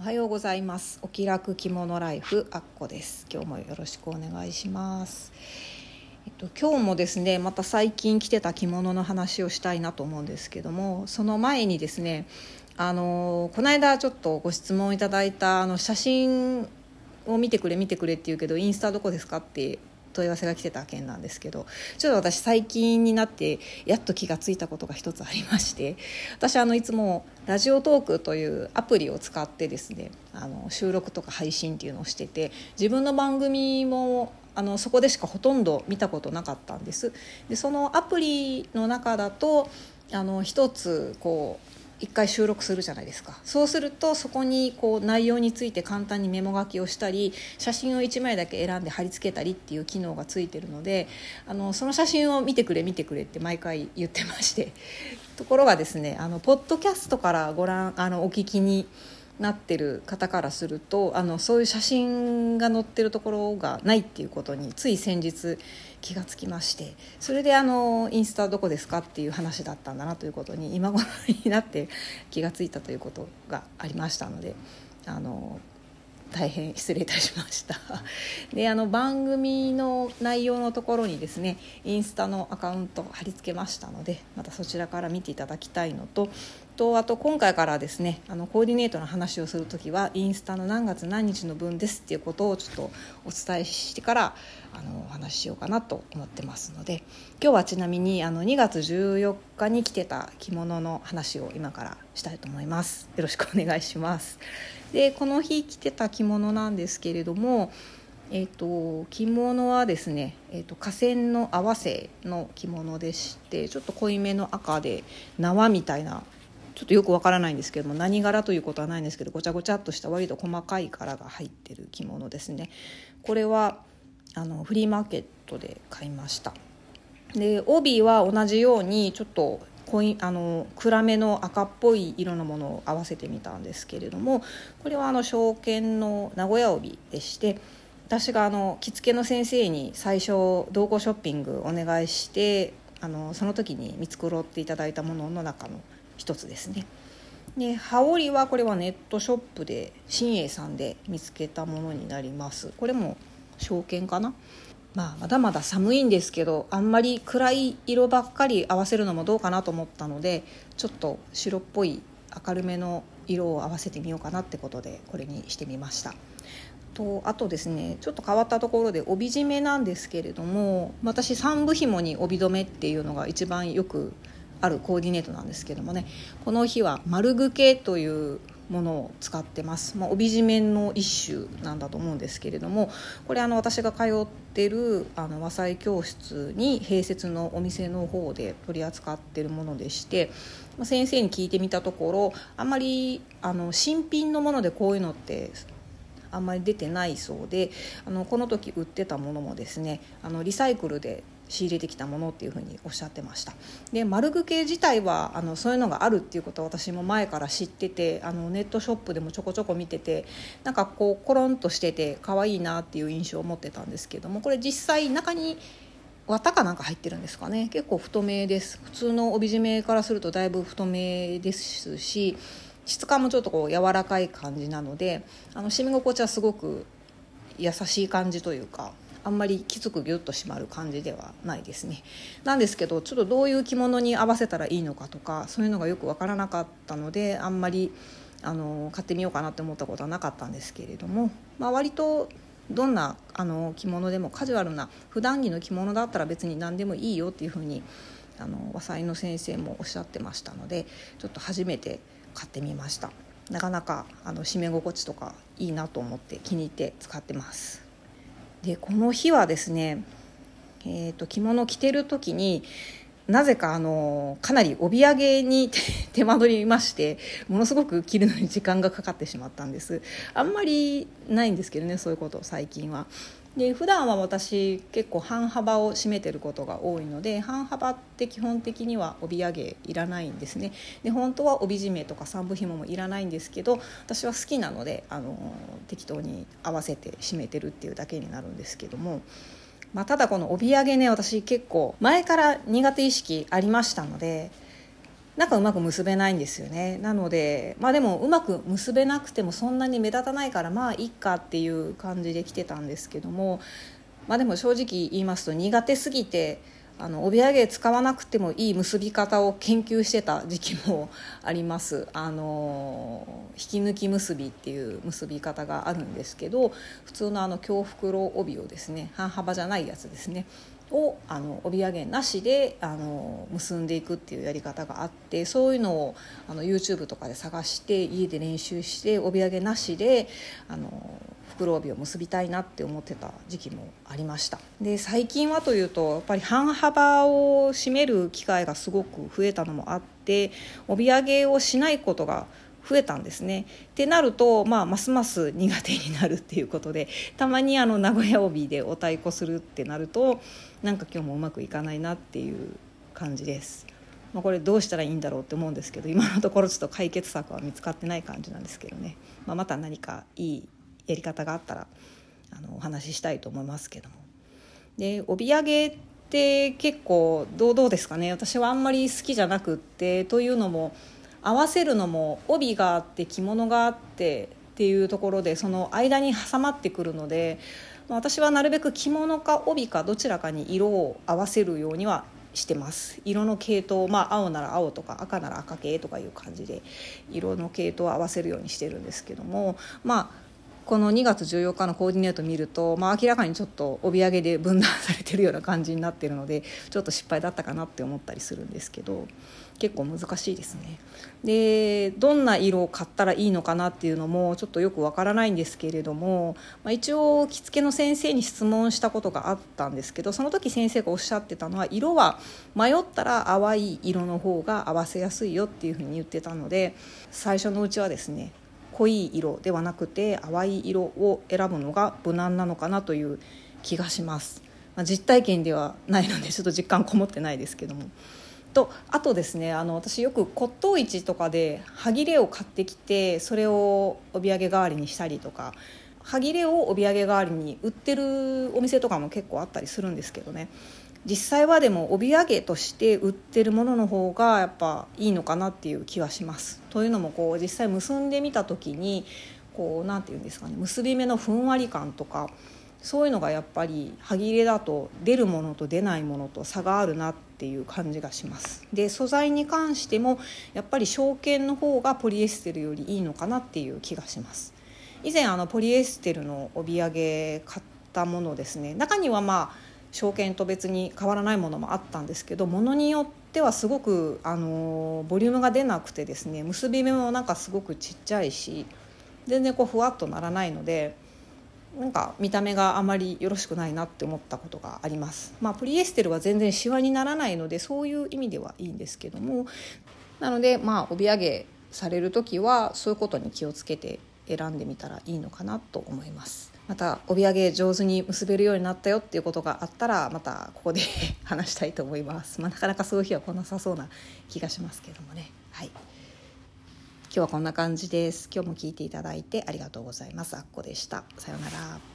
おはようございます。お気楽着物ライフあっこです。今日もよろしくお願いします。今日もですね、また最近着てた着物の話をしたいなと思うんですけども、その前にですね、この間ちょっとご質問いただいた写真を見てくれって言うけど、インスタどこですかって問い合わせが来てた件なんですけど、ちょっと私最近になってやっと気がついたことが一つありまして、私いつもラジオトークというアプリを使ってですね、収録とか配信っていうのをしてて、自分の番組もそこでしかほとんど見たことなかったんです。でそのアプリの中だと一つ一回収録するじゃないですか。そうするとそこに内容について簡単にメモ書きをしたり、写真を1枚だけ選んで貼り付けたりっていう機能がついてるので、その写真を見てくれって毎回言ってまして、ところがですね、ポッドキャストからお聞きになってる方からするとそういう写真が載ってるところがないっていうことについ先日気がつきまして、それでインスタどこですかっていう話だったんだなということに今頃になって気がついたということがありましたので、大変失礼いたしましたで番組の内容のところにですね、インスタのアカウント貼り付けましたので、またそちらから見ていただきたいのと、あと今回からですね、コーディネートの話をするときはインスタの何月何日の分ですっていうことをちょっとお伝えしてからお話ししようかなと思ってますので、今日はちなみに2月14日に着てた着物の話を今からしたいと思います。よろしくお願いします。でこの日着てた着物なんですけれども、着物はですね、化繊の合わせの着物でして、ちょっと濃いめの赤で縄みたいな、ちょっとよくわからないんですけども、何柄ということはないんですけど、ごちゃごちゃっとした割と細かい柄が入ってる着物ですね。これはフリーマーケットで買いました。で帯は同じようにちょっと暗めの赤っぽい色のものを合わせてみたんですけれども、これは証券の名古屋帯でして、私が着付けの先生に最初同行ショッピングお願いして、その時に見繕っていただいたものの中の一つですね。で羽織はこれはネットショップで新栄さんで見つけたものになります。これも証券かな。まだまだ寒いんですけど、あんまり暗い色ばっかり合わせるのもどうかなと思ったので、ちょっと白っぽい明るめの色を合わせてみようかなってことでこれにしてみました。あとですね、ちょっと変わったところで帯締めなんですけれども、私三部紐に帯留めっていうのが一番よくあるコーディネートなんですけどもね、この日は丸ぐけというものを使ってます。帯締めの一種なんだと思うんですけれども、これ私が通ってる和裁教室に併設のお店の方で取り扱っているものでして、先生に聞いてみたところ、あんまり新品のものでこういうのってあんまり出てないそうで、この時売ってたものもですね、リサイクルで仕入れてきたものっていうふうにおっしゃってました。で丸ぐけ自体はそういうのがあるっていうことは私も前から知ってて、ネットショップでもちょこちょこ見てて、なんかコロンとしてて可愛いなっていう印象を持ってたんですけども、これ実際中に綿かなんか入ってるんですかね。結構太めです。普通の帯締めからするとだいぶ太めですし、質感もちょっと柔らかい感じなので、締め心地はすごく優しい感じというか、あんまりきつくギュッと締まる感じではないですね。なんですけど、ちょっとどういう着物に合わせたらいいのかとか、そういうのがよく分からなかったので、あんまり買ってみようかなって思ったことはなかったんですけれども、割とどんな着物でもカジュアルな普段着の着物だったら別に何でもいいよっていうふうに和裁の先生もおっしゃってましたので、ちょっと初めて買ってみました。なかなか締め心地とかいいなと思って気に入って使ってます。でこの日はですね、着物着てる時になぜかかなり帯揚げに手間取りまして、ものすごく着るのに時間がかかってしまったんです。あんまりないんですけどね、そういうこと最近は。で普段は私結構半幅を占めてることが多いので、半幅って基本的には帯揚げいらないんですね。で本当は帯締めとか三部紐もいらないんですけど、私は好きなので適当に合わせて締めてるっていうだけになるんですけども、ただこの帯揚げね、私結構前から苦手意識ありましたので、 なんかうまく結べないんですよね。なのででもうまく結べなくてもそんなに目立たないからいいかっていう感じで来てたんですけども、でも正直言いますと苦手すぎて帯揚げ使わなくてもいい結び方を研究してた時期もあります。引き抜き結びっていう結び方があるんですけど、普通の京袋帯をですね、半幅じゃないやつですねを帯揚げなしで結んでいくっていうやり方があって、そういうのをYouTube とかで探して家で練習して帯揚げなしで袋帯を結びたいなって思ってた時期もありました。で最近はというとやっぱり半幅を締める機会がすごく増えたのもあって、帯揚げをしないことが増えたんですね。ってなると、ますます苦手になるっていうことで、たまに名古屋帯でお太鼓するってなるとなんか今日もうまくいかないなっていう感じです。これどうしたらいいんだろうって思うんですけど、今のところちょっと解決策は見つかってない感じなんですけどね、また何かいいやり方があったらお話ししたいと思いますけども。で帯揚げって結構どうですかね。私はあんまり好きじゃなくって、というのも合わせるのも帯があって着物があってっていうところでその間に挟まってくるので、私はなるべく着物か帯かどちらかに色を合わせるようにはしてます。色の系統、青なら青とか赤なら赤系とかいう感じで色の系統を合わせるようにしてるんですけども、この2月14日のコーディネート見ると、明らかにちょっと帯揚げで分断されてるような感じになってるので、ちょっと失敗だったかなって思ったりするんですけど、結構難しいですね。でどんな色を買ったらいいのかなっていうのもちょっとよくわからないんですけれども、一応着付けの先生に質問したことがあったんですけど、その時先生がおっしゃってたのは、色は迷ったら淡い色の方が合わせやすいよっていうふうに言ってたので、最初のうちはですね、濃い色ではなくて淡い色を選ぶのが無難なのかなという気がします。実体験ではないのでちょっと実感こもってないですけども。あとですね、私よく骨董市とかではぎれを買ってきて、それを帯揚げ代わりにしたりとか、はぎれを帯揚げ代わりに売ってるお店とかも結構あったりするんですけどね、実際はでも帯揚げとして売ってるものの方がやっぱいいのかなっていう気はします。というのも実際結んでみた時になんていうんですかね、結び目のふんわり感とかそういうのがやっぱりはぎれだと出るものと出ないものと差があるなっていう感じがします。で素材に関してもやっぱり正絹の方がポリエステルよりいいのかなっていう気がします。以前ポリエステルの帯揚げ買ったものですね、中には正絹と別に変わらないものもあったんですけど、ものによってはすごくボリュームが出なくてですね、結び目もなんかすごくちっちゃいし、全然ふわっとならないので、なんか見た目があまりよろしくないなって思ったことがあります。ポリエステルは全然シワにならないのでそういう意味ではいいんですけども、なので帯揚げされる時はそういうことに気をつけて選んでみたらいいのかなと思います。また帯揚げ上手に結べるようになったよっていうことがあったらまたここで話したいと思います。なかなかそういう日は来なさそうな気がしますけどもね。はい、今日はこんな感じです。今日も聞いていただいてありがとうございます。あっこでした。さようなら。